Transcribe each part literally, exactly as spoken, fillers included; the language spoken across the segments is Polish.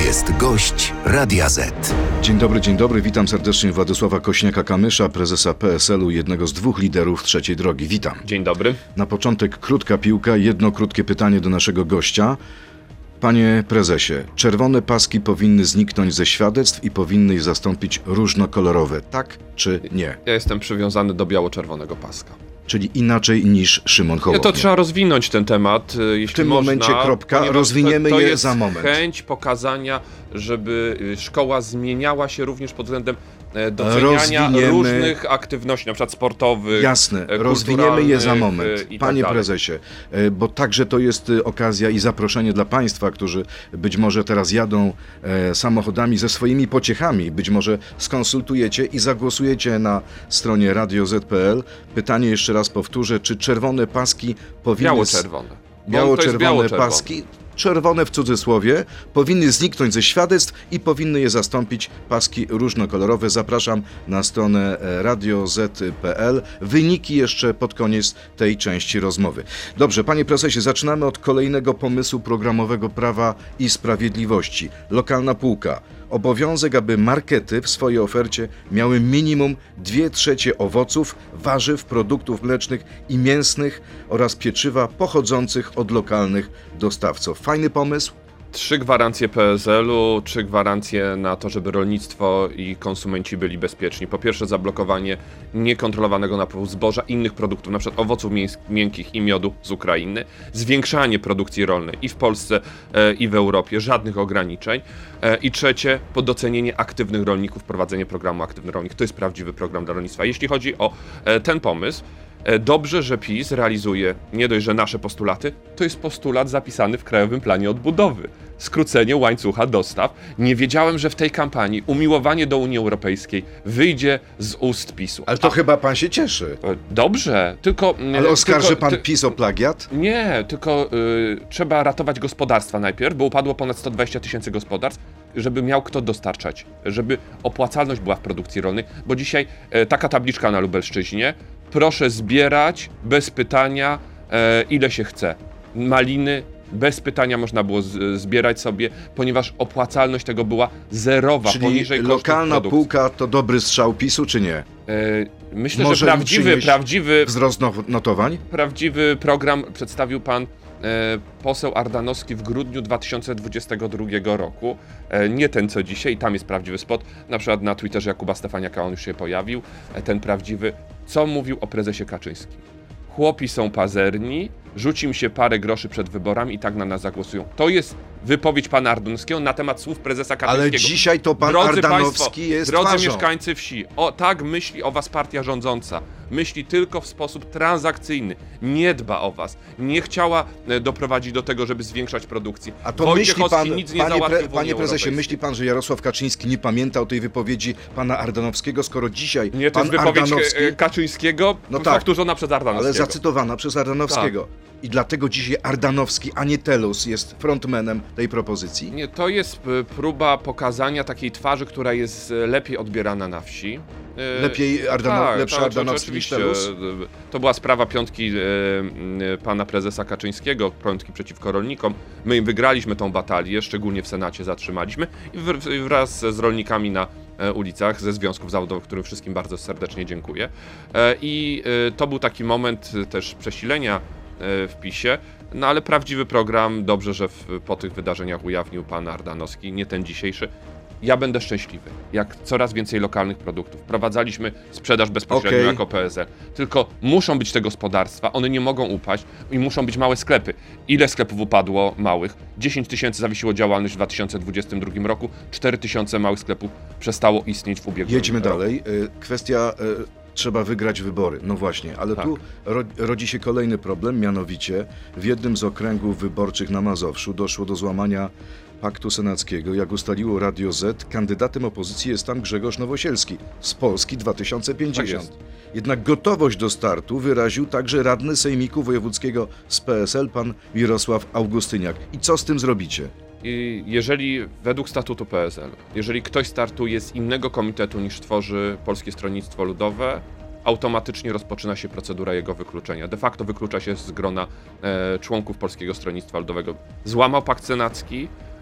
jest gość Radia Z. Dzień dobry, dzień dobry. Witam serdecznie Władysława Kośniaka-Kamysza, prezesa P S L u, jednego z dwóch liderów Trzeciej Drogi. Witam. Dzień dobry. Na początek krótka piłka, jedno krótkie pytanie do naszego gościa. Panie prezesie, czerwone paski powinny zniknąć ze świadectw i powinny je zastąpić różnokolorowe, tak czy nie? Ja jestem przywiązany do biało-czerwonego paska. Czyli inaczej niż Szymon Hołownia. Ja to trzeba rozwinąć ten temat, jeśli W tym można, momencie kropka, rozwiniemy to, to je jest za moment. chęć pokazania, żeby szkoła zmieniała się również pod względem doceniania Rozwiniemy... różnych aktywności, na przykład sportowych. Jasne, rozwiniemy je za moment. I Panie tak prezesie, bo także to jest okazja i zaproszenie dla Państwa, którzy być może teraz jadą samochodami ze swoimi pociechami, być może skonsultujecie i zagłosujecie na stronie radio zet kropka pe el. Pytanie jeszcze raz powtórzę, czy czerwone paski powinny... Biało-czerwone. Biało-czerwone biało-czerwone. paski, czerwone w cudzysłowie, powinny zniknąć ze świadectw i powinny je zastąpić paski różnokolorowe. Zapraszam na stronę radio zet kropka pe el. Wyniki jeszcze pod koniec tej części rozmowy. Dobrze, panie prezesie, zaczynamy od kolejnego pomysłu programowego Prawa i Sprawiedliwości. Lokalna półka. Obowiązek, aby markety w swojej ofercie miały minimum dwie trzecie owoców, warzyw, produktów mlecznych i mięsnych oraz pieczywa pochodzących od lokalnych dostawców. Fajny pomysł? Trzy gwarancje P S L u, trzy gwarancje na to, żeby rolnictwo i konsumenci byli bezpieczni. Po pierwsze, zablokowanie niekontrolowanego napływu zboża, innych produktów, np. owoców miękkich i miodu z Ukrainy, zwiększanie produkcji rolnej i w Polsce, e, i w Europie, żadnych ograniczeń. E, I trzecie, docenienie aktywnych rolników, wprowadzenie programu Aktywny Rolnik. To jest prawdziwy program dla rolnictwa. Jeśli chodzi o e, ten pomysł, dobrze, że PiS realizuje nie dość, że nasze postulaty, to jest postulat zapisany w Krajowym Planie Odbudowy. Skrócenie łańcucha dostaw. Nie wiedziałem, że w tej kampanii umiłowanie do Unii Europejskiej wyjdzie z ust PiSu. Ale to A, chyba pan się cieszy. Dobrze, tylko... Ale oskarży tylko, pan ty, PiS o plagiat? Nie, tylko y, trzeba ratować gospodarstwa najpierw, bo upadło ponad sto dwadzieścia tysięcy gospodarstw, żeby miał kto dostarczać, żeby opłacalność była w produkcji rolnej, bo dzisiaj y, taka tabliczka na Lubelszczyźnie, proszę zbierać bez pytania, e, ile się chce. Maliny bez pytania można było z, zbierać sobie, ponieważ opłacalność tego była zerowa, Czyli poniżej kosztów lokalna produkcji. półka to dobry strzał PiSu, czy nie? E, myślę, Może że prawdziwy, prawdziwy, wzrost notowań? prawdziwy program przedstawił pan e, poseł Ardanowski w grudniu dwa tysiące dwudziestego drugiego roku. E, nie ten, co dzisiaj, i tam jest prawdziwy spot. Na przykład na Twitterze Jakuba Stefaniaka on już się pojawił. E, ten prawdziwy, co mówił o prezesie Kaczyńskim. Chłopi są pazerni, rzuci im się parę groszy przed wyborami i tak na nas zagłosują. To jest wypowiedź pana Ardanowskiego na temat słów prezesa Kaczyńskiego. Ale dzisiaj to pan drodzy Ardanowski państwo, jest drodzy twarzą. mieszkańcy wsi, o tak myśli o was partia rządząca. Myśli tylko w sposób transakcyjny. Nie dba o was. Nie chciała e, doprowadzić do tego, żeby zwiększać produkcję. A to myśli pan, nic nie panie, załatwił pre, w panie Unii prezesie, Europejskiej. myśli pan, że Jarosław Kaczyński nie pamięta o tej wypowiedzi pana Ardanowskiego, skoro dzisiaj Nie, to pan jest wypowiedź Ardanowski... e, Kaczyńskiego, No tak, powtórzona przez Ardanowskiego. ale zacytowana przez Ardanowskiego. Tak. I dlatego dzisiaj Ardanowski, a nie Telus jest frontmanem tej propozycji? Nie, to jest e, próba pokazania takiej twarzy, która jest e, lepiej odbierana na wsi. E, Lepiej Ardano- tak, lepszy tak, Ardanowski niż oczywiście. Telus? To była sprawa piątki e, e, pana prezesa Kaczyńskiego, piątki przeciwko rolnikom. My wygraliśmy tą batalię, szczególnie w Senacie zatrzymaliśmy i w, wraz z rolnikami na e, ulicach, ze związków zawodowych, którym wszystkim bardzo serdecznie dziękuję. E, I e, to był taki moment e, też przesilenia e, w PiSie. No ale prawdziwy program, dobrze, że w, po tych wydarzeniach ujawnił pan Ardanowski, nie ten dzisiejszy. Ja będę szczęśliwy, jak coraz więcej lokalnych produktów. Wprowadzaliśmy sprzedaż bezpośrednią okay. jako P S L. Tylko muszą być te gospodarstwa, one nie mogą upaść i muszą być małe sklepy. Ile sklepów upadło małych? dziesięć tysięcy zawiesiło działalność w dwa tysiące dwudziestym drugim roku, cztery tysiące małych sklepów przestało istnieć w ubiegłym Jedźmy roku. dalej. Kwestia... Trzeba wygrać wybory. No właśnie, ale tak. tu ro- rodzi się kolejny problem, mianowicie w jednym z okręgów wyborczych na Mazowszu doszło do złamania paktu senackiego. Jak ustaliło Radio Z, kandydatem opozycji jest tam Grzegorz Nowosielski z Polski dwa tysiące pięćdziesiąt. Tak Jednak gotowość do startu wyraził także radny sejmiku wojewódzkiego z P S L, pan Mirosław Augustyniak. I co z tym zrobicie? I jeżeli według statutu P S L, jeżeli ktoś startuje z innego komitetu niż tworzy Polskie Stronnictwo Ludowe, automatycznie rozpoczyna się procedura jego wykluczenia. De facto wyklucza się z grona e, członków Polskiego Stronnictwa Ludowego. Złamał pakt senacki,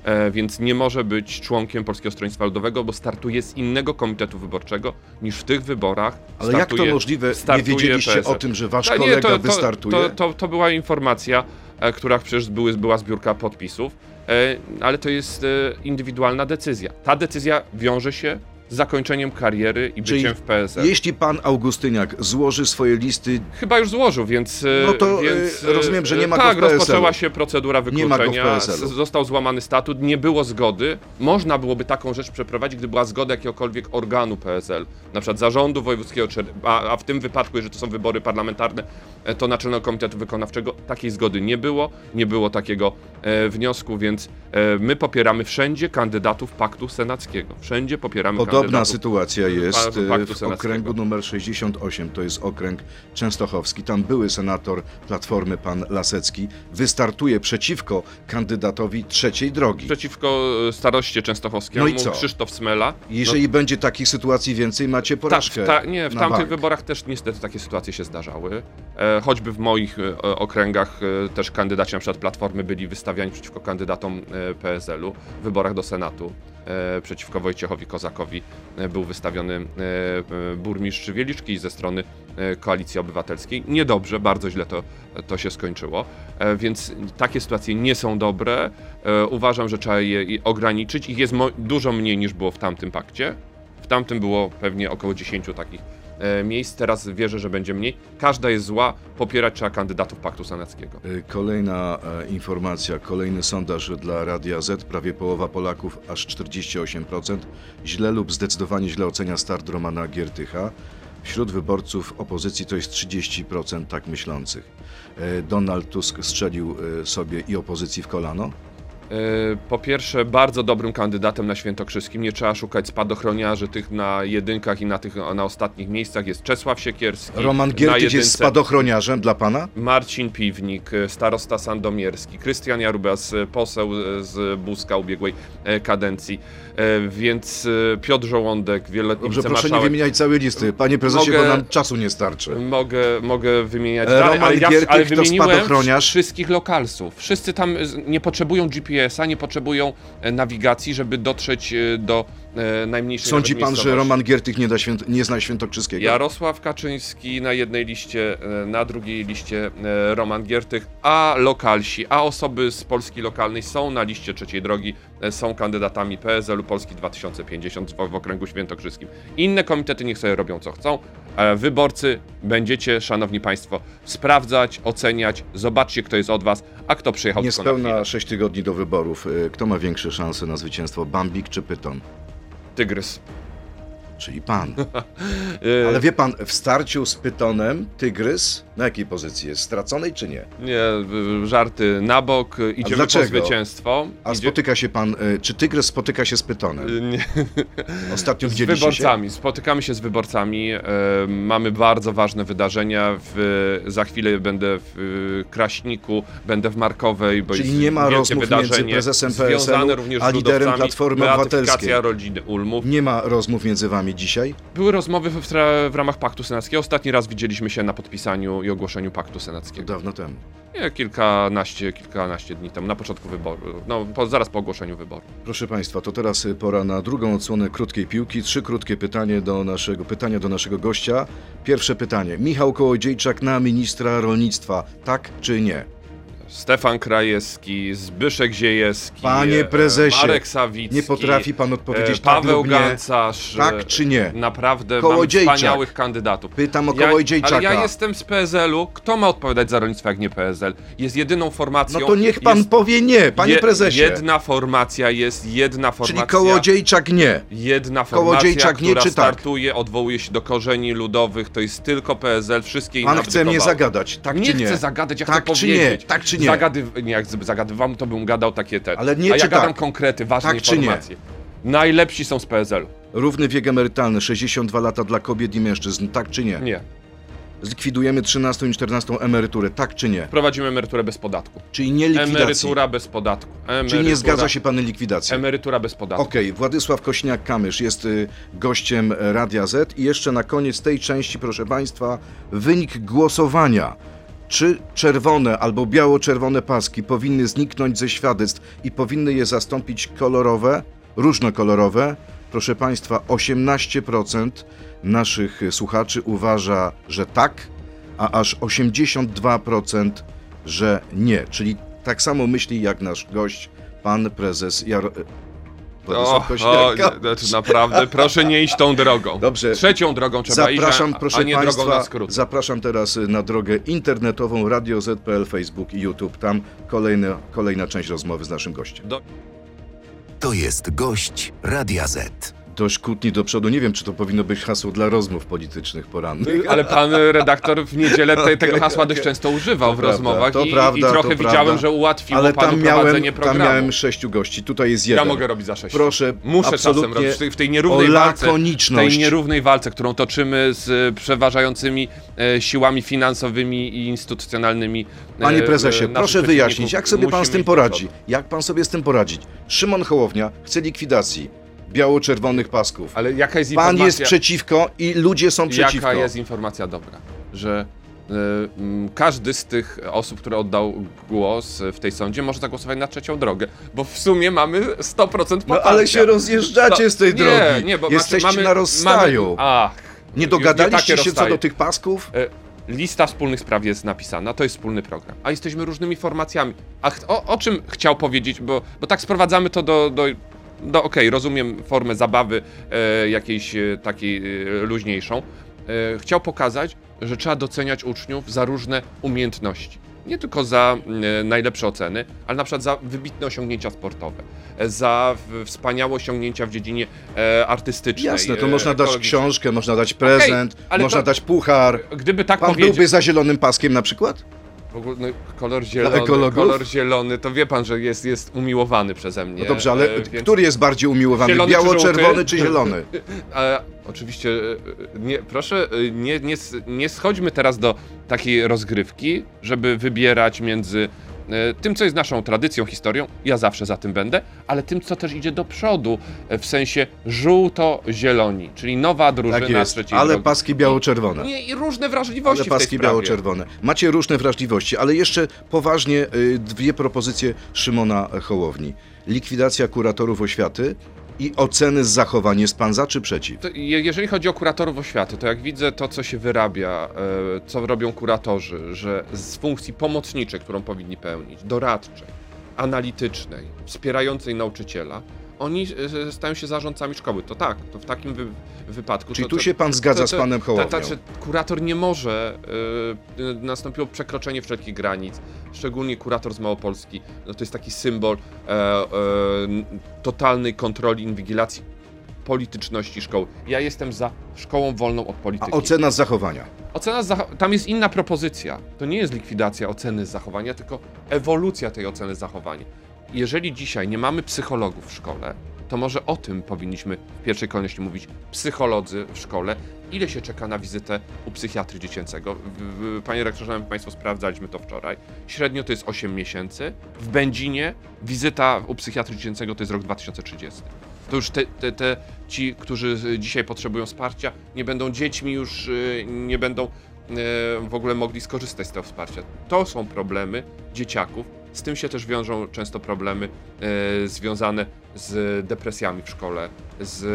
e, więc nie może być członkiem Polskiego Stronnictwa Ludowego, bo startuje z innego komitetu wyborczego niż w tych wyborach. Ale startuje, jak to możliwe? Nie wiedzieliście P S L. o tym, że wasz A nie, kolega to, to, wystartuje? To, to, to była informacja, e, która przecież były, była zbiórka podpisów, e, ale to jest e, indywidualna decyzja. Ta decyzja wiąże się z zakończeniem kariery i Czyli byciem w P S L. Jeśli pan Augustyniak złoży swoje listy... Chyba już złożył, więc... No to więc, e, rozumiem, że nie ma go tak, w P S L-u. rozpoczęła się procedura Nie ma go w wykluczenia, P S L-u. z- został złamany statut, nie było zgody. Można byłoby taką rzecz przeprowadzić, gdy była zgoda jakiegokolwiek organu P S L, na przykład zarządu wojewódzkiego, czy, a, a w tym wypadku, jeżeli to są wybory parlamentarne, e, to Naczelnego Komitetu Wykonawczego. Takiej zgody nie było, nie było takiego e, wniosku, więc e, my popieramy wszędzie kandydatów Paktu Senackiego. Wszędzie popieramy Podobna kandydatów. sytuacja jest Paktu e, w Senackiego. okręgu numer sześćdziesiąt osiem, to jest okręg częstochowski. Tam były senator Platformy, pan Lasecki, wystartuje przeciwko kandydatowi trzeciej drogi. Przeciwko e, staroście częstochowskiemu, No i co? Krzysztof Smela. Jeżeli będzie takich sytuacji więcej, macie Ta, porażkę. w ta, nie, w na tamtych bank. wyborach też niestety takie sytuacje się zdarzały. E, choćby w moich e, okręgach e, też kandydaci na przykład Platformy byli wystawiani przeciwko kandydatom e, P S L-u w wyborach do Senatu. E, przeciwko Wojciechowi Kozakowi e, był wystawiony e, e, burmistrz Wieliczki ze strony e, Koalicji Obywatelskiej. Niedobrze, bardzo źle to, to się skończyło, e, więc takie sytuacje nie są dobre. E, uważam, że trzeba je, je ograniczyć. Ich jest mo- dużo mniej niż było w tamtym pakcie. W tamtym było pewnie około dziesięć takich e, miejsc, teraz wierzę, że będzie mniej. Każda jest zła, popierać trzeba kandydatów Paktu Senackiego. E, Kolejna e, informacja, kolejny sondaż dla Radia Z. Prawie połowa Polaków, aż czterdzieści osiem procent, źle lub zdecydowanie źle ocenia start Romana Giertycha. Wśród wyborców opozycji to jest trzydzieści procent tak myślących. E, Donald Tusk strzelił e, sobie i opozycji w kolano. E, Po pierwsze, bardzo dobrym kandydatem na Świętokrzyskim. Nie trzeba szukać spadochroniarzy tych na jedynkach i na tych na ostatnich miejscach. Jest Czesław Siekierski. Roman na Giertych jedynce jest spadochroniarzem dla pana? Marcin Piwnik, starosta sandomierski, Krystian Jarubas, poseł z Buska ubiegłej e, kadencji, e, więc e, Piotr Żołądek, wieloletni Dobrze, proszę nie wicemarszałek. wymieniać całej listy. Panie prezesie, Mogę- bo nam czasu nie starczy. Mogę, mogę wymieniać E, dalej, Roman ale, ja, Giertych ale to wymieniłem spadochroniarz. wszystkich lokalsów. Wszyscy tam z- nie potrzebują G P S a, nie potrzebują e, nawigacji, żeby dotrzeć e, do e, najmniejszej Sądzi nawet pan, że miejscowości. Roman Giertych nie, da święt... nie zna Świętokrzyskiego? Jarosław Kaczyński na jednej liście, e, na drugiej liście e, Roman Giertych, a lokalsi, a osoby z Polski lokalnej są na liście trzeciej drogi, e, są kandydatami P S L-u Polski dwa tysiące pięćdziesiąt w, w okręgu świętokrzyskim. Inne komitety niech sobie robią co chcą. E, Wyborcy będziecie, szanowni państwo, sprawdzać, oceniać, zobaczcie kto jest od was, a kto przyjechał tylko na chwilę. Niespełna sześć tygodni do wyborów. Y, Kto ma większe szanse na zwycięstwo? Bambik czy Pyton? Tygrys. Czyli pan. E, Ale wie pan, w starciu z Pytonem Tygrys na jakiej pozycji jest? Straconej czy nie? Nie, y, żarty na bok, y, idziemy po dlaczego? zwycięstwo. A Idzie- spotyka się pan, y, czy Tygrys spotyka się z Pytonem? Y, Nie. Ostatnio Z widzieliście się? wyborcami, spotykamy się z wyborcami, e, mamy bardzo ważne wydarzenia, w, za chwilę będę w e, Kraśniku, będę w Markowej, bo Czyli jest nie ma wielkie rozmów między wydarzenie prezesem P S L-u związane również a z liderem ludowcami, Platformy beatyfikacja Obywatelskiej. rodziny Ulmów. Nie ma rozmów między wami dzisiaj? Były rozmowy w, tra- w ramach Paktu Senackiego, ostatni raz widzieliśmy się na podpisaniu i ogłoszeniu Paktu Senackiego. Dawno temu. Nie, kilkanaście, kilkanaście dni temu, na początku wyboru, no po, zaraz po ogłoszeniu wyboru. Proszę Państwa, to teraz y, pora na drugą odsłonę krótkiej piłki. Trzy krótkie pytanie do naszego, pytania do naszego gościa. Pierwsze pytanie. Michał Kołodziejczak na ministra rolnictwa, tak czy nie? Stefan Krajewski, Zbyszek Ziejewski, Panie e, prezesie, Marek Sawicki, Nie potrafi pan odpowiedzieć e, Paweł tak lub nie. Gancarz. Tak e, czy nie? Naprawdę Kołodziejczak. mamy wspaniałych kandydatów. Pytam o Ja, Kołodziejczaka. ale ja jestem z P S L-u. Kto ma odpowiadać za rolnictwo, jak nie P S L? Jest jedyną formacją... No to niech pan jest, powie nie, panie je- prezesie. Jedna formacja jest, jedna formacja... Czyli Kołodziejczak nie. Jedna formacja, Kołodziejczak nie, która czy tak? startuje, odwołuje się do korzeni ludowych, to jest tylko P S L, wszystkie inne Pan chce mnie abdykowały. zagadać, tak nie czy nie? chcę zagadać, ja Tak chcę czy nie? powiedzieć. Tak czy nie? Zagady... Nie, jak zagadywam, to bym gadał takie te. Ale nie A czy ja gadam tak? konkrety, ważne Tak czy nie? informacje. Najlepsi są z P S L-u. Równy wiek emerytalny, sześćdziesiąt dwa lata dla kobiet i mężczyzn, tak czy nie? Nie. Zlikwidujemy trzynastą i czternastą emeryturę, tak czy nie? Wprowadzimy emeryturę bez podatku. Czyli nie likwidacji. Emerytura bez podatku. Emerytura, Czyli nie zgadza się pan na likwidację. Emerytura bez podatku. Okej, Władysław Kośniak-Kamysz jest y, gościem Radia Z i jeszcze na koniec tej części, proszę państwa, wynik głosowania. Czy czerwone albo biało-czerwone paski powinny zniknąć ze świadectw i powinny je zastąpić kolorowe, różnokolorowe? Proszę Państwa, osiemnaście procent naszych słuchaczy uważa, że tak, a aż osiemdziesiąt dwa procent, że nie. Czyli tak samo myśli jak nasz gość, pan prezes Jaro... O, o, to naprawdę, proszę nie iść tą drogą. Dobrze. Trzecią drogą trzeba Zapraszam, iść, a, proszę a nie Państwa, drogą na skrót. Zapraszam teraz na drogę internetową Radio Z kropka P L, Facebook i YouTube. Tam kolejna, kolejna część rozmowy z naszym gościem. Do... To jest gość Radia Z. Dość kłótni do przodu. Nie wiem, czy to powinno być hasło dla rozmów politycznych porannych. Ale pan redaktor w niedzielę te, tego hasła dość często używał To w prawda, rozmowach to i, prawda, i trochę to widziałem, prawda. że ułatwiło Ale panu tam prowadzenie miałem, programu. tam miałem sześciu gości, tutaj jest jeden. Ja mogę robić za sześciu. Proszę, Muszę czasem absolutnie robić w tej, w tej nierównej o walce, lakoniczność. tej nierównej walce, którą toczymy z przeważającymi e, siłami finansowymi i instytucjonalnymi. E, Panie prezesie, naszych proszę wyjaśnić, jak sobie pan z musimy tym iść do poradzi? przodu. Jak pan sobie z tym poradzić? Szymon Hołownia chce likwidacji biało-czerwonych pasków. Ale jaka jest Pan informacja? jest przeciwko i ludzie są przeciwko. Jaka jest informacja dobra? Że y, y, każdy z tych osób, które oddał głos w tej sądzie, może zagłosować na trzecią drogę, bo w sumie mamy sto procent No poparcia. ale się rozjeżdżacie No, z tej nie, drogi. Nie, bo Jesteście znaczy, mamy, na rozstaju. Mamy, ach, Nie już dogadaliście takie się co rozstaje. do tych pasków? E, Lista wspólnych spraw jest napisana, to jest wspólny program, a jesteśmy różnymi formacjami. A ch- o, o czym chciał powiedzieć, bo, bo tak sprowadzamy to do... do No okej, okay, rozumiem formę zabawy e, jakiejś e, takiej e, luźniejszą. E, chciał pokazać, że trzeba doceniać uczniów za różne umiejętności. Nie tylko za e, najlepsze oceny, ale na przykład za wybitne osiągnięcia sportowe, e, za w, wspaniałe osiągnięcia w dziedzinie e, artystycznej. Jasne, to e, można dać ekologicznej. książkę, można dać prezent, Okej, ale można to- dać puchar. Gdyby tak Pan powiedzieć... byłby za zielonym paskiem na przykład? W ogóle, no, kolor zielony, ekologów? kolor zielony, to wie pan, że jest, jest umiłowany przeze mnie. No dobrze, ale e, więc- który jest bardziej umiłowany? Zielony czy Biało-czerwony żółty? czy zielony? E, oczywiście, e, nie, proszę, e, nie, nie, s- nie schodźmy teraz do takiej rozgrywki, żeby wybierać między e, tym, co jest naszą tradycją, historią, ja zawsze za tym będę, ale tym, co też idzie do przodu, e, w sensie żółto-zieloni, czyli nowa drużyna Tak jest, trzeciej ale drogi. paski biało-czerwone. Nie, i różne wrażliwości Ale w tej paski sprawie. biało-czerwone. Macie różne wrażliwości, ale jeszcze poważnie y, dwie propozycje Szymona Hołowni. Likwidacja kuratorów oświaty i oceny z zachowań. Jest pan za czy przeciw? To je- jeżeli chodzi o kuratorów oświaty, to jak widzę to, co się wyrabia, e, co robią kuratorzy, że z funkcji pomocniczej, którą powinni pełnić, doradczej, analitycznej, wspierającej nauczyciela, oni e, stają się zarządcami szkoły. To tak, to w takim wy- wypadku... Czyli to, tu to, się pan zgadza to- z to- panem to- Hołownią? to znaczy, kurator nie może, e, e, nastąpiło przekroczenie wszelkich granic, szczególnie kurator z Małopolski, no to jest taki symbol e, e, n- totalnej kontroli, inwigilacji polityczności szkoły. Ja jestem za szkołą wolną od A polityki. ocena z zachowania? Ocena z zacho- tam jest inna propozycja. To nie jest likwidacja oceny z zachowania, tylko ewolucja tej oceny z zachowania. Jeżeli dzisiaj nie mamy psychologów w szkole, to może o tym powinniśmy w pierwszej kolejności mówić. Psycholodzy w szkole. Ile się czeka na wizytę u psychiatry dziecięcego? W- w- Panie rektorze, Państwo sprawdzaliśmy to wczoraj. Średnio to jest osiem miesięcy. W Będzinie wizyta u psychiatry dziecięcego to jest rok dwa tysiące trzydziesty. To już te, te, te ci, którzy dzisiaj potrzebują wsparcia, nie będą dziećmi, już y, nie będą y, w ogóle mogli skorzystać z tego wsparcia. To są problemy dzieciaków. Z tym się też wiążą często problemy y, związane z depresjami w szkole, z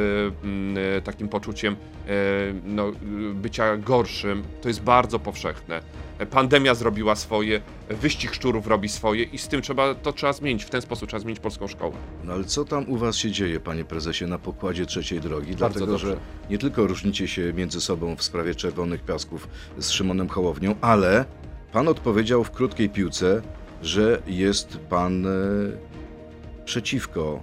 y, takim poczuciem y, no, y, bycia gorszym. To jest bardzo powszechne. Pandemia zrobiła swoje, wyścig szczurów robi swoje i z tym trzeba, to trzeba zmienić. W ten sposób trzeba zmienić polską szkołę. No ale co tam u was się dzieje, panie prezesie, na pokładzie trzeciej drogi? Dlatego, dobrze. że nie tylko różnicie się między sobą w sprawie czerwonych piasków z Szymonem Hołownią, ale pan odpowiedział w krótkiej piłce, że jest pan e, przeciwko,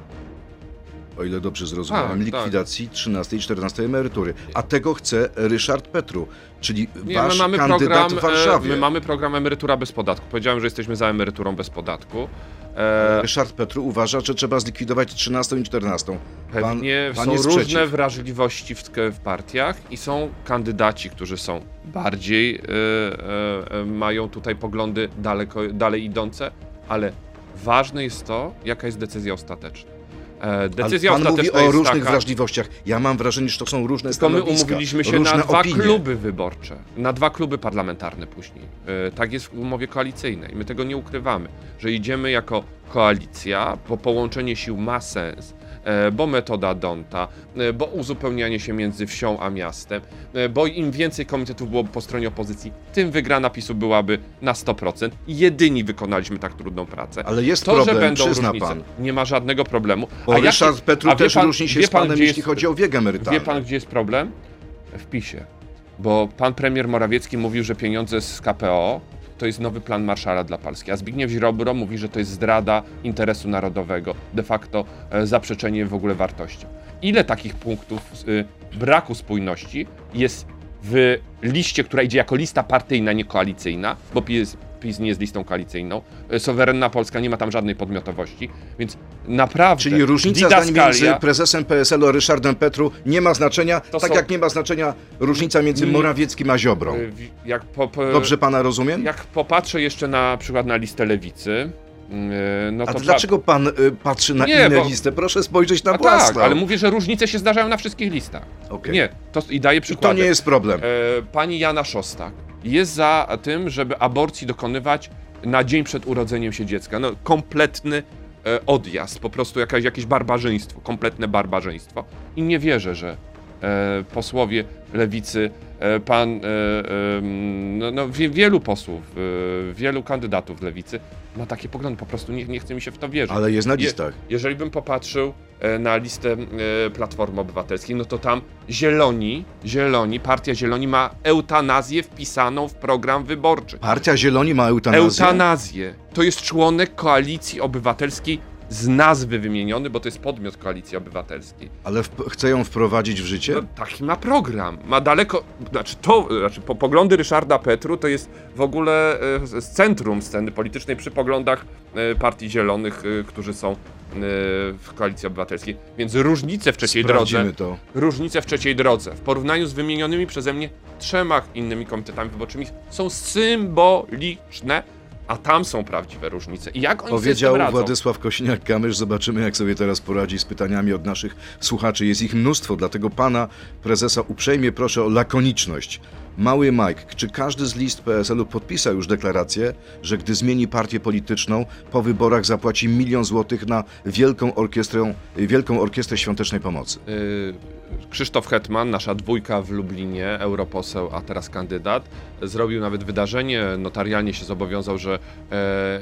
o ile dobrze zrozumiałem, Tak, tak. likwidacji trzynastej i czternastej emerytury. A tego chce Ryszard Petru, czyli Nie, wasz my mamy kandydat program, w Warszawie. e, My mamy program emerytura bez podatku. Powiedziałem, że jesteśmy za emeryturą bez podatku. E, Ryszard Petru uważa, że trzeba zlikwidować trzynastą i czternastą. Pewnie pan są jest różne przeciw. wrażliwości w, w partiach i są kandydaci, którzy są bardziej, e, e, mają tutaj poglądy daleko, dalej idące, ale ważne jest to, jaka jest decyzja ostateczna. E, decyzja Ale pan mówi ostateczna o jest różnych taka, wrażliwościach. Ja mam wrażenie, że to są różne tylko my stanowiska, umówiliśmy się różne na dwa opinie. kluby wyborcze, na dwa kluby parlamentarne później. E, tak jest w umowie koalicyjnej. My tego nie ukrywamy, że idziemy jako koalicja, bo połączenie sił ma sens, e, bo metoda D'Hondta, e, bo uzupełnianie się między wsią a miastem, e, bo im więcej komitetów byłoby po stronie opozycji, tym wygrana PiSu byłaby na sto procent. Jedyni wykonaliśmy tak trudną pracę. Ale jest to, problem, że będą przyzna różnice, pan. nie ma żadnego problemu. Bo A jaki- Ryszard Petru a wie też pan- różni się wie z pan, panem, gdzie jeśli jest- chodzi o wiek emerytalny. Wie pan, gdzie jest problem? W PiSie. Bo pan premier Morawiecki mówił, że pieniądze z K P O to jest nowy plan Marszala dla Polski, a Zbigniew Ziobro mówi, że to jest zdrada interesu narodowego, de facto e, zaprzeczenie w ogóle wartościom. Ile takich punktów e, braku spójności jest w liście, która idzie jako lista partyjna, nie koalicyjna, bo PiS, PiS nie jest listą koalicyjną, e, Suwerenna Polska nie ma tam żadnej podmiotowości, więc naprawdę Czyli różnica zdań między didaskalia- prezesem P S L-u a Ryszardem Petru nie ma znaczenia, To tak są- jak nie ma znaczenia różnica między Nie- Morawieckim a Ziobrą. e, w- jak po, po, Dobrze pana rozumiem? Jak popatrzę jeszcze na przykład na listę Lewicy, yy, no A to... dlaczego pan y, patrzy na Nie, inne bo- listy? Proszę spojrzeć na A własną. tak, ale mówię, że różnice się zdarzają na wszystkich listach. Okej. Nie, to i daję I to przykłady. nie jest problem. E, pani Jana Szostak jest za tym, żeby aborcji dokonywać na dzień przed urodzeniem się dziecka. No, kompletny e, odjazd, po prostu jakaś, jakieś barbarzyństwo, kompletne barbarzyństwo. I nie wierzę, że e, posłowie Lewicy, e, pan, e, e, no, no wie, wielu posłów, e, wielu kandydatów Lewicy ma takie poglądy, po prostu nie, nie chce mi się w to wierzyć. Ale jest na Je- listach. Jeżeli bym popatrzył e, na listę e, Platformy Obywatelskiej, no to tam Zieloni, Zieloni, Partia Zieloni ma eutanazję wpisaną w program wyborczy. Partia Zieloni ma eutanazję? Eutanazję. To jest członek Koalicji Obywatelskiej z nazwy wymieniony, bo to jest podmiot Koalicji Obywatelskiej. Ale w, chce ją wprowadzić w życie? No, taki ma program. Ma daleko, znaczy to, znaczy po, poglądy Ryszarda Petru to jest w ogóle e, z centrum sceny politycznej przy poglądach e, Partii Zielonych, e, którzy są e, w Koalicji Obywatelskiej. Więc różnice w trzeciej Sprawdzimy drodze, to. różnice w trzeciej drodze w porównaniu z wymienionymi przeze mnie trzema innymi komitetami wyborczymi są symboliczne, a tam są prawdziwe różnice. I jak oni sobie z Powiedział tym radzą? Władysław Kosiniak-Kamysz. Zobaczymy, jak sobie teraz poradzi z pytaniami od naszych słuchaczy. Jest ich mnóstwo, dlatego pana prezesa uprzejmie proszę o lakoniczność. Mały Mike, czy każdy z list P S L-u podpisał już deklarację, że gdy zmieni partię polityczną, po wyborach zapłaci milion złotych na Wielką Orkiestrę, Wielką Orkiestrę Świątecznej Pomocy? Yy, Krzysztof Hetman, nasza dwójka w Lublinie, europoseł, a teraz kandydat, zrobił nawet wydarzenie, notarialnie się zobowiązał, że e, e,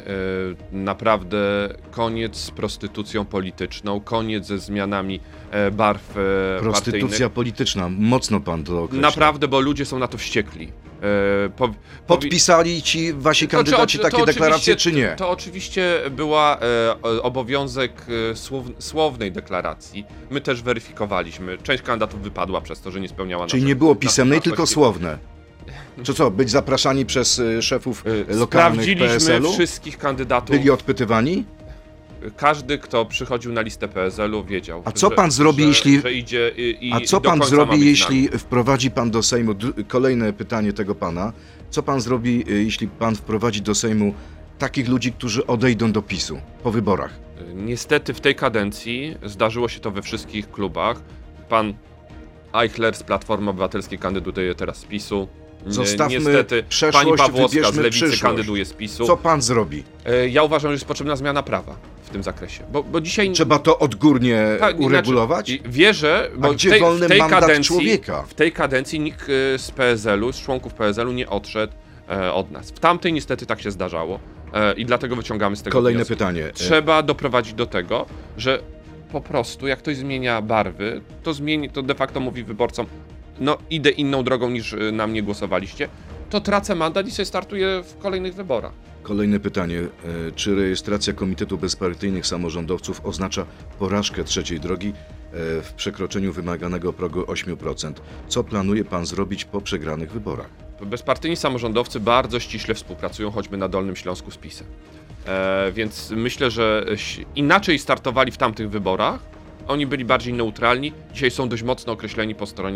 naprawdę koniec z prostytucją polityczną, koniec ze zmianami e, barw e, Prostytucja partyjnych. polityczna, mocno pan to określa. Naprawdę, bo ludzie są na to wściekli. E, po, powi- Podpisali ci wasi To kandydaci czy- takie to deklaracje, oczywiście- czy nie? To oczywiście była e, o- obowiązek e, słow, słownej deklaracji. My też weryfikowaliśmy. Część kandydatów wypadła przez to, że nie spełniała Czyli naszych- nie było naszych pisemnej, tylko wartości. słowne. Czy co, być zapraszani przez y, szefów E, lokalnych P S Sprawdziliśmy L-u? wszystkich kandydatów. Byli odpytywani? Każdy, kto przychodził na listę P S L-u, wiedział. A co że, pan zrobi, że, jeśli- Że idzie i, i A co do pan końca ma zrobi, być z nami. jeśli wprowadzi pan do Sejmu, dru- kolejne pytanie tego pana, co pan zrobi, y, jeśli pan wprowadzi do Sejmu takich ludzi, którzy odejdą do PiSu po wyborach? Niestety w tej kadencji zdarzyło się to we wszystkich klubach. Pan Eichler z Platformy Obywatelskiej kandyduje teraz z PiSu. Zostawmy Niestety przeszłość, pani Pawłowska z wybierzmy Lewicy przyszłość. kandyduje z PiSu. Co pan zrobi? E, Ja uważam, że jest potrzebna zmiana prawa w tym zakresie. Bo, bo dzisiaj... Trzeba to odgórnie Tak, uregulować? Znaczy, wierzę, bo A w gdzie tej, wolny w tej mandat kadencji, człowieka? w tej kadencji nikt e, z P S L-u, z członków P S L-u nie odszedł e, od nas. W tamtej niestety tak się zdarzało e, i dlatego wyciągamy z tego Kolejne wnioski. pytanie. Trzeba doprowadzić do tego, że po prostu jak ktoś zmienia barwy, to zmieni, to de facto mówi wyborcom, no idę inną drogą niż y, na mnie głosowaliście, to tracę mandat i sobie startuję w kolejnych wyborach. Kolejne pytanie. E, Czy rejestracja Komitetu Bezpartyjnych Samorządowców oznacza porażkę trzeciej drogi e, w przekroczeniu wymaganego progu osiem procent? Co planuje pan zrobić po przegranych wyborach? Bezpartyjni samorządowcy bardzo ściśle współpracują choćby na Dolnym Śląsku z PiS-em. E, więc myślę, że ś- inaczej startowali w tamtych wyborach, oni byli bardziej neutralni, dzisiaj są dość mocno określeni po stronie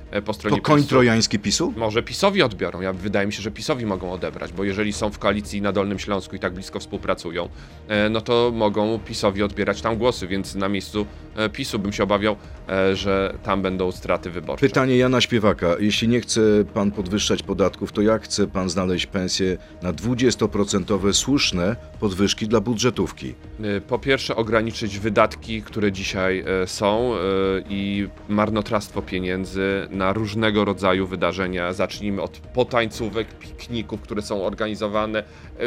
po stronie To koń PiSu. trojański PiSu? Może PiSowi odbiorą. Ja, wydaje mi się, że PiSowi mogą odebrać, bo jeżeli są w koalicji na Dolnym Śląsku i tak blisko współpracują, no to mogą PiSowi odbierać tam głosy, więc na miejscu PiSu bym się obawiał, że tam będą straty wyborcze. Pytanie Jana Śpiewaka. Jeśli nie chce pan podwyższać podatków, to jak chce pan znaleźć pensję na dwudziestoprocentowe słuszne podwyżki dla budżetówki? Po pierwsze ograniczyć wydatki, które dzisiaj są i marnotrawstwo pieniędzy na różnego rodzaju wydarzenia. Zacznijmy od potańcówek, pikników, które są organizowane.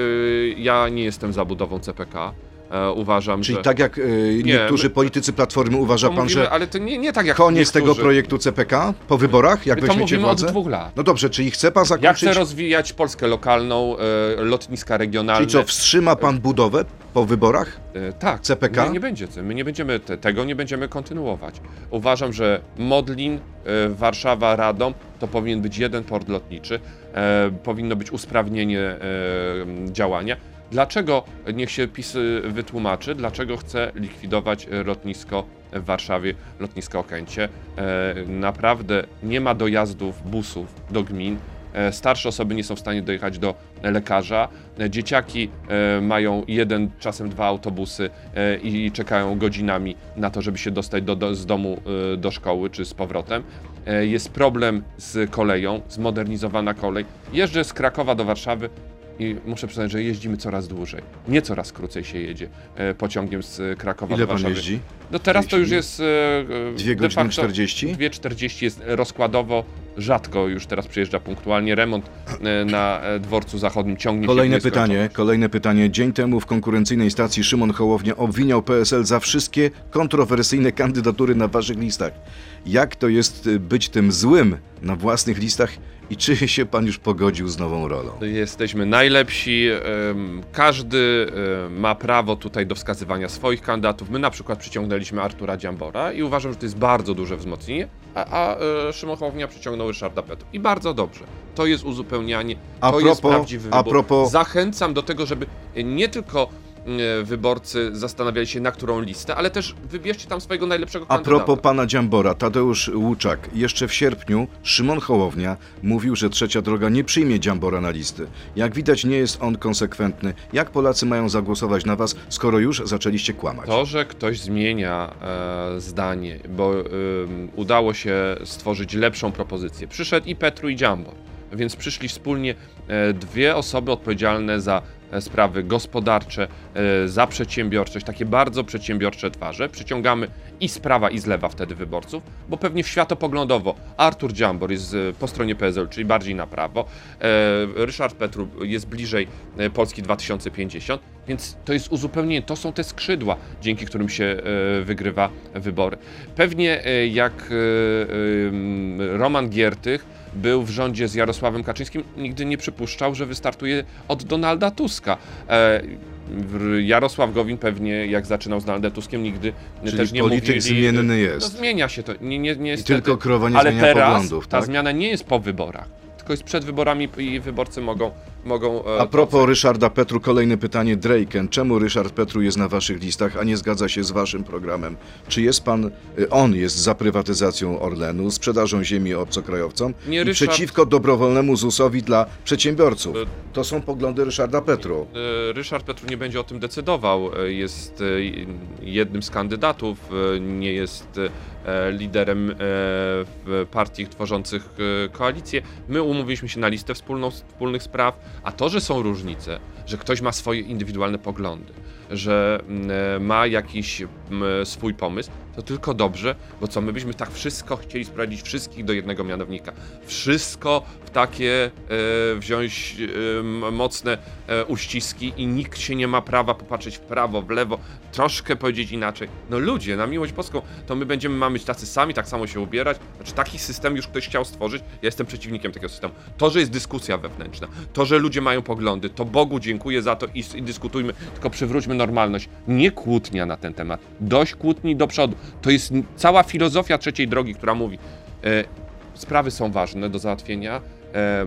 Ja nie jestem za budową C P K. Uważam, Czyli że... tak jak y, niektórzy my- politycy Platformy, uważa To pan, mówimy, że ale to nie, nie tak jak koniec niektórzy. tego projektu C P K po wyborach, jak My to weźmiecie mówimy od władzę? dwóch lat. No dobrze, czyli chce pan Ja zakończyć? chcę rozwijać Polskę lokalną, e, lotniska regionalne. Czyli co, wstrzyma pan budowę po wyborach? E, tak, C P K? Nie, nie będzie, my nie będziemy, te, tego nie będziemy kontynuować. Uważam, że Modlin, e, Warszawa, Radom to powinien być jeden port lotniczy, e, powinno być usprawnienie e, działania. Dlaczego, niech się PiS wytłumaczy, dlaczego chce likwidować lotnisko w Warszawie, lotnisko Okęcie. E, naprawdę nie ma dojazdów busów do gmin. E, starsze osoby nie są w stanie dojechać do lekarza. E, dzieciaki e, mają jeden, czasem dwa autobusy e, i czekają godzinami na to, żeby się dostać do, do, z domu e, do szkoły czy z powrotem. E, jest problem z koleją, zmodernizowana kolej. Jeżdżę z Krakowa do Warszawy i muszę przyznać, że jeździmy coraz dłużej. Nie coraz krócej się jedzie e, pociągiem z Krakowa Ile do pan Warszawy. jeździ? No teraz to już Jeśli- jest... E, Dwie de godziny facto czterdzieści? dwie czterdzieści jest rozkładowo, rzadko już teraz przyjeżdża punktualnie. Remont e, na e, dworcu zachodnim ciągnie się Kolejne w nieskończoność. pytanie, kolejne pytanie. Dzień temu w konkurencyjnej stacji Szymon Hołownia obwiniał P S L za wszystkie kontrowersyjne kandydatury na waszych listach. Jak to jest y, być tym złym na własnych listach i czy się pan już pogodził z nową rolą? Jesteśmy najlepsi, em, każdy em, ma prawo tutaj do wskazywania swoich kandydatów. My na przykład przyciągnęliśmy Artura Dziambora i uważam, że to jest bardzo duże wzmocnienie, a, a e, Szymon Hołownia przyciągnął Ryszarda Petru. I bardzo dobrze. To jest uzupełnianie, A to jest propos- prawdziwy a wybór. propos- Zachęcam do tego, żeby nie tylko e, wyborcy zastanawiali się, na którą listę, ale też wybierzcie tam swojego najlepszego A kandydata. propos pana Dziambora, Tadeusz Łuczak. Jeszcze w sierpniu Szymon Hołownia mówił, że Trzecia Droga nie przyjmie Dziambora na listy. Jak widać, nie jest on konsekwentny. Jak Polacy mają zagłosować na was, skoro już zaczęliście kłamać? To, że ktoś zmienia e, zdanie, bo e, udało się stworzyć lepszą propozycję. Przyszedł i Petru, i Dziambor, więc przyszli wspólnie e, dwie osoby odpowiedzialne za e, sprawy gospodarcze, e, za przedsiębiorczość, takie bardzo przedsiębiorcze twarze. Przyciągamy i z prawa, i z lewa wtedy wyborców, bo pewnie światopoglądowo Artur Dziambor jest e, po stronie P S L, czyli bardziej na prawo, e, Ryszard Petru jest bliżej e, Polski dwa tysiące pięćdziesiąt, więc to jest uzupełnienie, to są te skrzydła, dzięki którym się e, wygrywa wybory. Pewnie e, jak e, e, Roman Giertych był w rządzie z Jarosławem Kaczyńskim, nigdy nie przypuszczał, że wystartuje od Donalda Tuska. E, Jarosław Gowin pewnie, jak zaczynał z Donaldem Tuskiem, nigdy Czyli też nie polityk mówili... zmienny No, jest. zmienia się to, nie, nie, nie I tylko krowa nie ale zmienia teraz poglądów, ta tak? zmiana nie jest po wyborach, tylko jest przed wyborami i wyborcy mogą... mogą e, A propos Ryszarda Petru, kolejne pytanie. Draken. Czemu Ryszard Petru jest na waszych listach, a nie zgadza się z waszym programem? Czy jest pan, y, on jest za prywatyzacją Orlenu, sprzedażą ziemi obcokrajowcom Nie, i Ryszard- przeciwko dobrowolnemu zusowi dla przedsiębiorców? Y- To są poglądy Ryszarda Petru. E, Ryszard Petru nie będzie o tym decydował. E, Jest e, jednym z kandydatów, e, nie jest e, liderem e, w partii tworzących e, koalicję. My umówiliśmy się na listę wspólną, wspólnych spraw, a to, że są różnice, że ktoś ma swoje indywidualne poglądy, że mm, ma jakiś mm, swój pomysł, to tylko dobrze, bo co, my byśmy tak wszystko chcieli sprowadzić wszystkich do jednego mianownika. Wszystko w takie e, wziąć e, m- mocne e, uściski i nikt się nie ma prawa popatrzeć w prawo, w lewo, troszkę powiedzieć inaczej. No ludzie, na miłość boską, to my będziemy mamy być tacy sami, tak samo się ubierać. Znaczy taki system już ktoś chciał stworzyć, ja jestem przeciwnikiem takiego systemu. To, że jest dyskusja wewnętrzna, to, że ludzie mają poglądy, to Bogu dziękuję za to i, i dyskutujmy, tylko przywróćmy normalność. Nie kłótnia na ten temat. Dość kłótni do przodu. To jest cała filozofia Trzeciej Drogi, która mówi, e, sprawy są ważne do załatwienia, e,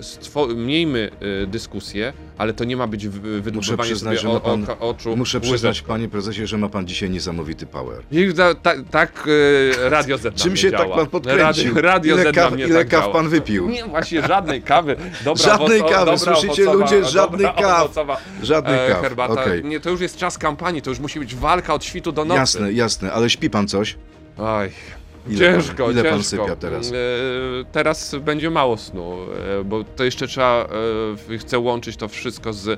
stwo- miejmy y, dyskusję, ale to nie ma być wy- wydłużowanie przyznać, sobie że o, ma pan- o, oczu. Muszę przyznać, łyżeczką. panie prezesie, że ma pan dzisiaj niesamowity power. I ta, ta, tak y, Radio Z Czym mnie się działa. tak pan podkręcił? Radio, radio ile Z kaw, mnie ile tak kaw działa. pan wypił? Nie, właśnie żadnej kawy. Dobra Żadnej owoco- kawy, dobra słyszycie, owocowa- ludzie, żadnej dobra kaw. owocowa, Żadnej e, kaw, Herbata. okej. Nie, to już jest czas kampanii, to już musi być walka od świtu do nocy. Jasne, jasne, ale śpi pan coś? Oj, Ile ciężko, pan- ile pan ciężko. sypia teraz? E, teraz będzie mało snu, e, bo to jeszcze trzeba, e, chcę łączyć to wszystko z e,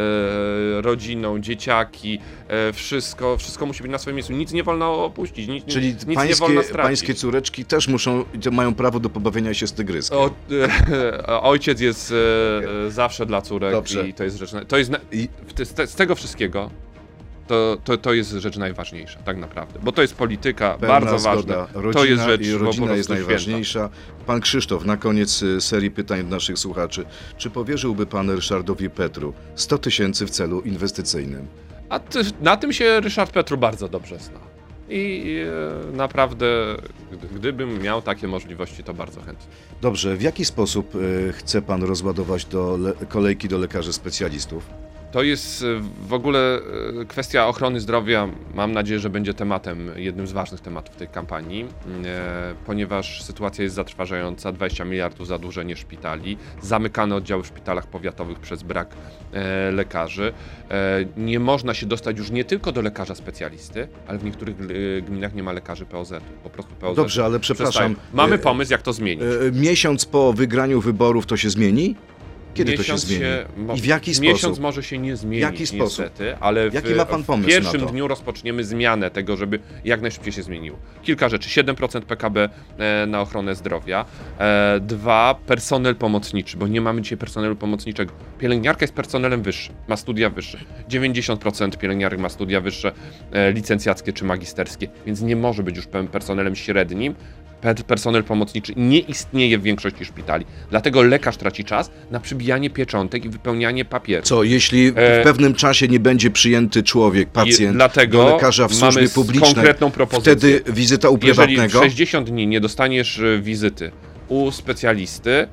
rodziną, dzieciaki, e, wszystko, wszystko musi być na swoim miejscu. Nic nie wolno opuścić, nic, Czyli nic nie wolno pańskie, stracić. pańskie córeczki też muszą, mają prawo do pobawienia się z tygryskiem. O, e, ojciec jest e, zawsze dla córek Dobrze. i to jest rzecz. na- To jest na, I- w- z, te, z tego wszystkiego to, to, to jest rzecz najważniejsza, tak naprawdę. Bo to jest polityka, Pełna bardzo zgoda. ważna. Rodzina To jest rzecz i po rodzina prostu jest święta. najważniejsza. Pan Krzysztof, na koniec y, serii pytań od naszych słuchaczy. Czy powierzyłby pan Ryszardowi Petru sto tysięcy w celu inwestycyjnym? A ty, na tym się Ryszard Petru bardzo dobrze zna. I e, naprawdę, gdy, gdybym miał takie możliwości, to bardzo chętnie. Dobrze, w jaki sposób y, chce pan rozładować do le- kolejki do lekarzy specjalistów? To jest e, w ogóle e, kwestia ochrony zdrowia. Mam nadzieję, że będzie tematem, jednym z ważnych tematów tej kampanii, e, ponieważ sytuacja jest zatrważająca. dwadzieścia miliardów zadłużenie szpitali, zamykane oddziały w szpitalach powiatowych przez brak e, lekarzy. E, nie można się dostać już nie tylko do lekarza specjalisty, ale w niektórych e, gminach nie ma lekarzy P O Z-u. Po prostu P O Z Dobrze, ale przepraszam. przestaje. Mamy y, pomysł, jak to zmienić. y, Miesiąc po wygraniu wyborów to się zmieni? Kiedy to się Miesiąc zmieni? mo- I w jaki Miesiąc sposób? może się nie zmienić, jaki sposób? niestety, ale w, Jaki ma pan pomysł w pierwszym na to? dniu rozpoczniemy zmianę tego, żeby jak najszybciej się zmieniło. Kilka rzeczy. siedem procent P K B e, na ochronę zdrowia. E, dwa, personel pomocniczy, bo nie mamy dzisiaj personelu pomocniczego. Pielęgniarka jest personelem wyższym, ma studia wyższe. dziewięćdziesiąt procent pielęgniarek ma studia wyższe, e, licencjackie czy magisterskie, więc nie może być już pe- personelem średnim. Pe- Personel pomocniczy nie istnieje w większości szpitali. Dlatego lekarz traci czas na przybijanie pieczątek i wypełnianie papierów. Co, jeśli w E, pewnym czasie nie będzie przyjęty człowiek, pacjent dlatego do lekarza w służbie mamy publicznej, konkretną propozycję. wtedy wizyta u Jeżeli w prywatnego? sześćdziesiąt dni nie dostaniesz e, wizyty u specjalisty, e,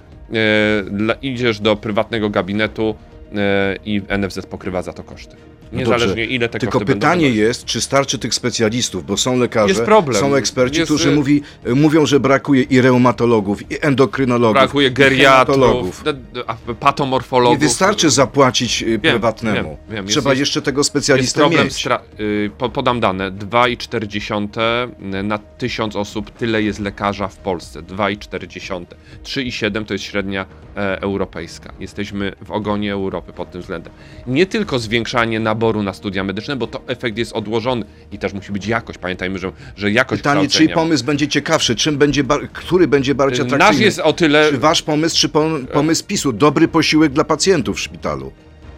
dla- idziesz do prywatnego gabinetu e, i N F Z pokrywa za to koszty. No Niezależnie dobrze, ile te Tylko koszty będą pytanie wynosić. jest, czy starczy tych specjalistów, bo są lekarze, Jest problem. są eksperci, Jest, którzy y- mówi, mówią, że brakuje i reumatologów, i endokrynologów, Brakuje i geriatrów, hematologów. d- d- a patomorfologów. Nie wystarczy zapłacić y, prywatnemu. wiem, wiem. Jest- Trzeba jest- jeszcze tego Jest specjalistę problem, mieć. stra- y, po, podam dane, dwa i cztery dziesiąte na tysiąc osób, tyle jest lekarza w Polsce, dwa i cztery dziesiąte. trzy i siedem to jest średnia e, europejska. Jesteśmy w ogonie Europy pod tym względem. Nie tylko zwiększanie naboru na studia medyczne, bo to efekt jest odłożony i też musi być jakość. Pamiętajmy, że, że jakość Pytanie, czyj kształcenia- pomysł będzie ciekawszy, czym będzie, bar- który będzie bardziej atrakcyjny? Nasz jest o tyle... Czy wasz pomysł, czy pom- pomysł PiSu? Dobry posiłek dla pacjentów w szpitalu.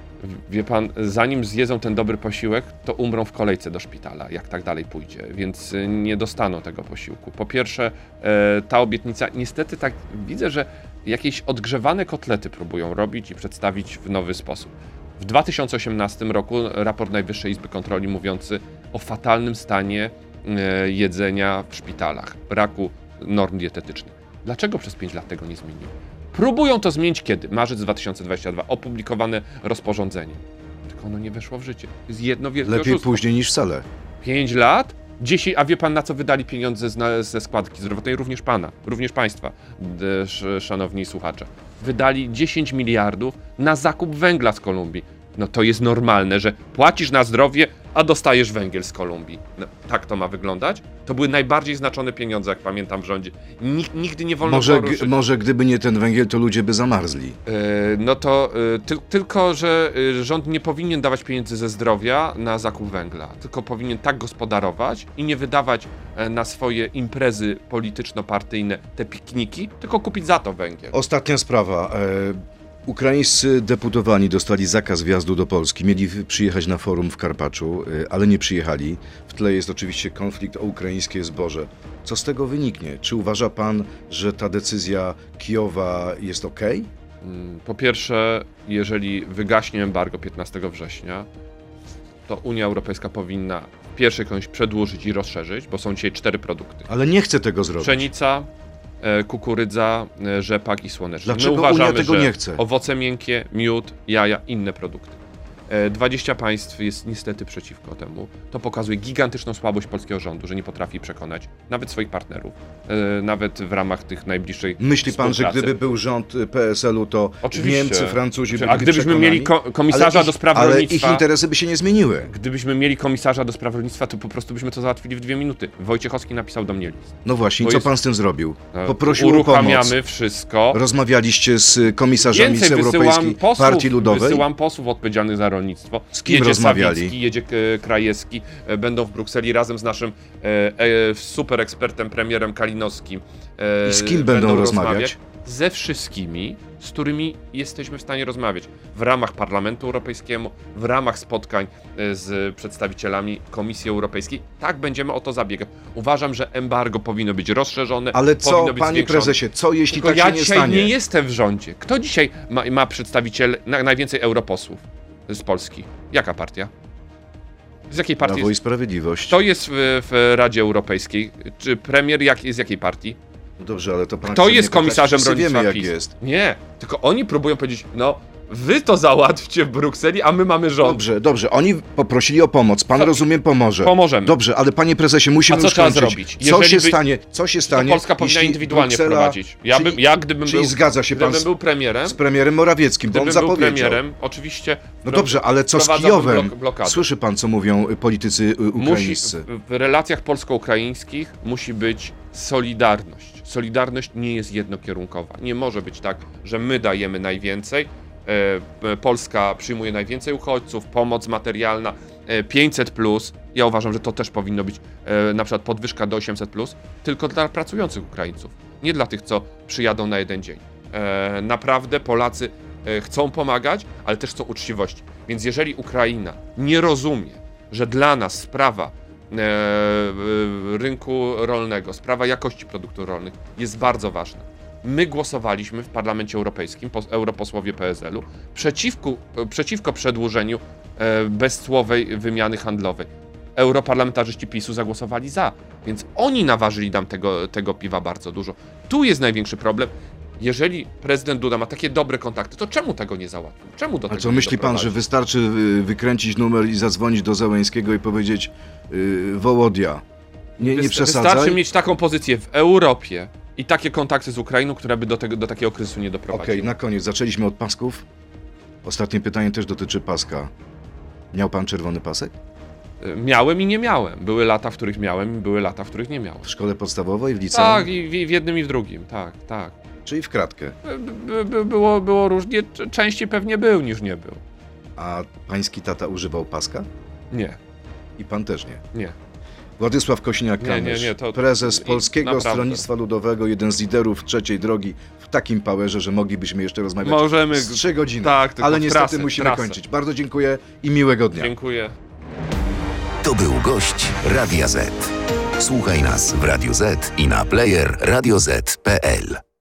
Wie pan, zanim zjedzą ten dobry posiłek, to umrą w kolejce do szpitala, jak tak dalej pójdzie, więc y, nie dostaną tego posiłku. Po pierwsze, e, ta obietnica, niestety tak widzę, że jakieś odgrzewane kotlety próbują robić i przedstawić w nowy sposób. W dwa tysiące osiemnastym roku raport Najwyższej Izby Kontroli mówiący o fatalnym stanie e, jedzenia w szpitalach, braku norm dietetycznych. Dlaczego przez pięć lat tego nie zmieniło? Próbują to zmienić kiedy? Marzec dwa tysiące dwudziesty drugi, opublikowane rozporządzenie. Tylko ono nie weszło w życie. To jest jedno wielkie Lepiej oszustwo. później niż wcale. pięć lat? dziesięć, a wie pan, na co wydali pieniądze z, ze składki zdrowotnej? Również pana, również państwa, d- sz, szanowni słuchacze. Wydali dziesięć miliardów na zakup węgla z Kolumbii. No to jest normalne, że płacisz na zdrowie, a dostajesz węgiel z Kolumbii. No, tak to ma wyglądać? To były najbardziej znaczone pieniądze, jak pamiętam, w rządzie. Nig, nigdy nie wolno Może, było g- ruszyć. może gdyby nie ten węgiel, to ludzie by zamarzli. Yy, No to yy, ty, tylko, że yy, rząd nie powinien dawać pieniędzy ze zdrowia na zakup węgla, tylko powinien tak gospodarować i nie wydawać e, na swoje imprezy polityczno-partyjne te pikniki, tylko kupić za to węgiel. Ostatnia sprawa. E, Ukraińscy deputowani dostali zakaz wjazdu do Polski. Mieli w- przyjechać na forum w Karpaczu, e, ale nie przyjechali. W tle jest oczywiście konflikt o ukraińskie zboże. Co z tego wyniknie? Czy uważa pan, że ta decyzja Kijowa jest ok? Mm, Po pierwsze, jeżeli wygaśnie embargo piętnastego września, to Unia Europejska powinna w pierwszej kolejności przedłużyć i rozszerzyć, bo są dzisiaj cztery produkty. Ale nie chce tego zrobić. Pszenica, e, kukurydza, e, rzepak i słonecznik. Dlaczego My uważamy, Unia tego że nie chce? owoce miękkie, miód, jaja, inne produkty. dwadzieścia państw jest niestety przeciwko temu. To pokazuje gigantyczną słabość polskiego rządu, że nie potrafi przekonać nawet swoich partnerów, e, nawet w ramach tych najbliższej Myśli pan, że współpracy. gdyby był rząd P S L u, to Oczywiście. Niemcy, Francuzi Znaczy, byliby a gdybyśmy przekonani? mieli ko- komisarza ale do ich, spraw ale rolnictwa... ich interesy by się nie zmieniły. Gdybyśmy mieli komisarza do spraw rolnictwa, to po prostu byśmy to załatwili w dwie minuty. Wojciechowski napisał do mnie list. No właśnie, Bo co jest- pan z tym zrobił? E, Poprosił o pomoc. Uruchamiamy wszystko. Rozmawialiście z komisarzami Więcej, z wysyłam Europejskiej posłów, Partii Ludowej? wysyłam posłów odpowiedzialnych za rolnictwo. Z kim jedzie rozmawiali? Sawicki, jedzie e, Krajewski, e, będą w Brukseli razem z naszym e, e, super ekspertem, premierem Kalinowskim. E, I z kim będą rozmawiać? Ze wszystkimi, z którymi jesteśmy w stanie rozmawiać. W ramach Parlamentu Europejskiego, w ramach spotkań e, z przedstawicielami Komisji Europejskiej. Tak będziemy o to zabiegać. Uważam, że embargo powinno być rozszerzone. Ale co, powinno być panie zwiększone. prezesie, co jeśli Tylko tak ja się nie dzisiaj stanie? nie jestem w rządzie. Kto dzisiaj ma, ma przedstawiciel, na, najwięcej europosłów z Polski? Jaka partia? Z jakiej partii Prawo i jest? Sprawiedliwość. Kto jest w, w Radzie Europejskiej? Czy premier jak, jest z jakiej partii? Dobrze, ale to pan Kto chce jest mnie pytać, komisarzem wszyscy rolnictwa wiemy, jak PiS? jest. Nie, tylko oni próbują powiedzieć, no wy to załatwcie w Brukseli, a my mamy rząd. Dobrze, dobrze, oni poprosili o pomoc, pan Co? rozumiem pomoże. Pomożemy. Dobrze, ale panie prezesie, musimy A co już trzeba kończyć. zrobić? Co Jeżeli się by- stanie, co się To stanie, Polska powinna jeśli indywidualnie Bruksela- wprowadzić. Ja, czyli, bym, ja gdybym czyli był, zgadza się pan gdybym z, był premierem, z premierem Morawieckim, bo on gdybym był zapowiedział. premierem, oczywiście... No dobrze, ale co z wprowadzałbym Kijowem? blok- blokadę. Słyszy pan, co mówią y, politycy y, Musi, ukraińscy? w, w relacjach polsko-ukraińskich musi być solidarność. Solidarność nie jest jednokierunkowa. Nie może być tak, że my dajemy najwięcej, e, e, Polska przyjmuje najwięcej uchodźców, pomoc materialna, e, pięćset plus. Ja uważam, że to też powinno być e, na przykład podwyżka do osiemset plus, tylko dla pracujących Ukraińców. Nie dla tych, co przyjadą na jeden dzień. E, naprawdę Polacy e, chcą pomagać, ale też chcą uczciwości. Więc jeżeli Ukraina nie rozumie, że dla nas sprawa e, rynku rolnego, sprawa jakości produktów rolnych jest bardzo ważna. My głosowaliśmy w Parlamencie Europejskim, pos, europosłowie P S L u, przeciwko, przeciwko przedłużeniu e, bezcłowej wymiany handlowej. Europarlamentarzyści PiSu zagłosowali za, więc oni naważyli nam tego, tego piwa bardzo dużo. Tu jest największy problem. Jeżeli prezydent Duda ma takie dobre kontakty, to czemu tego nie załatwił? Czemu do A tego co nie myśli pan, że doprowadził? wystarczy y, wykręcić numer i zadzwonić do Zełenskiego i powiedzieć y, Wołodia, nie, nie Wysta- przesadzaj? Wystarczy mieć taką pozycję w Europie i takie kontakty z Ukrainą, które by do, tego, do takiego kryzysu nie Okej, doprowadziły. na koniec. Zaczęliśmy od pasków. Ostatnie pytanie też dotyczy paska. Miał pan czerwony pasek? Miałem i nie miałem. Były lata, w których miałem, i były lata, w których nie miałem. W szkole podstawowej, w liceum? Tak, i w, w jednym i w drugim, tak, tak. Czyli w kratkę. By, by, było, było różnie, c- częściej pewnie był niż nie był. A pański tata używał paska? Nie, I pan też nie. nie. Władysław Kosiniak-Kamysz, Nie, nie, nie, to- prezes i- Polskiego naprawdę. Stronnictwa Ludowego, jeden z liderów trzeciej drogi, w takim powerze, że moglibyśmy jeszcze rozmawiać Możemy... z trzy godziny. Tak, tylko Ale w niestety trasę, musimy trasę. kończyć. Bardzo dziękuję i miłego dnia. Dziękuję. To był gość Radia Z. Słuchaj nas w Radio Z i na player radio zet kropka pe el.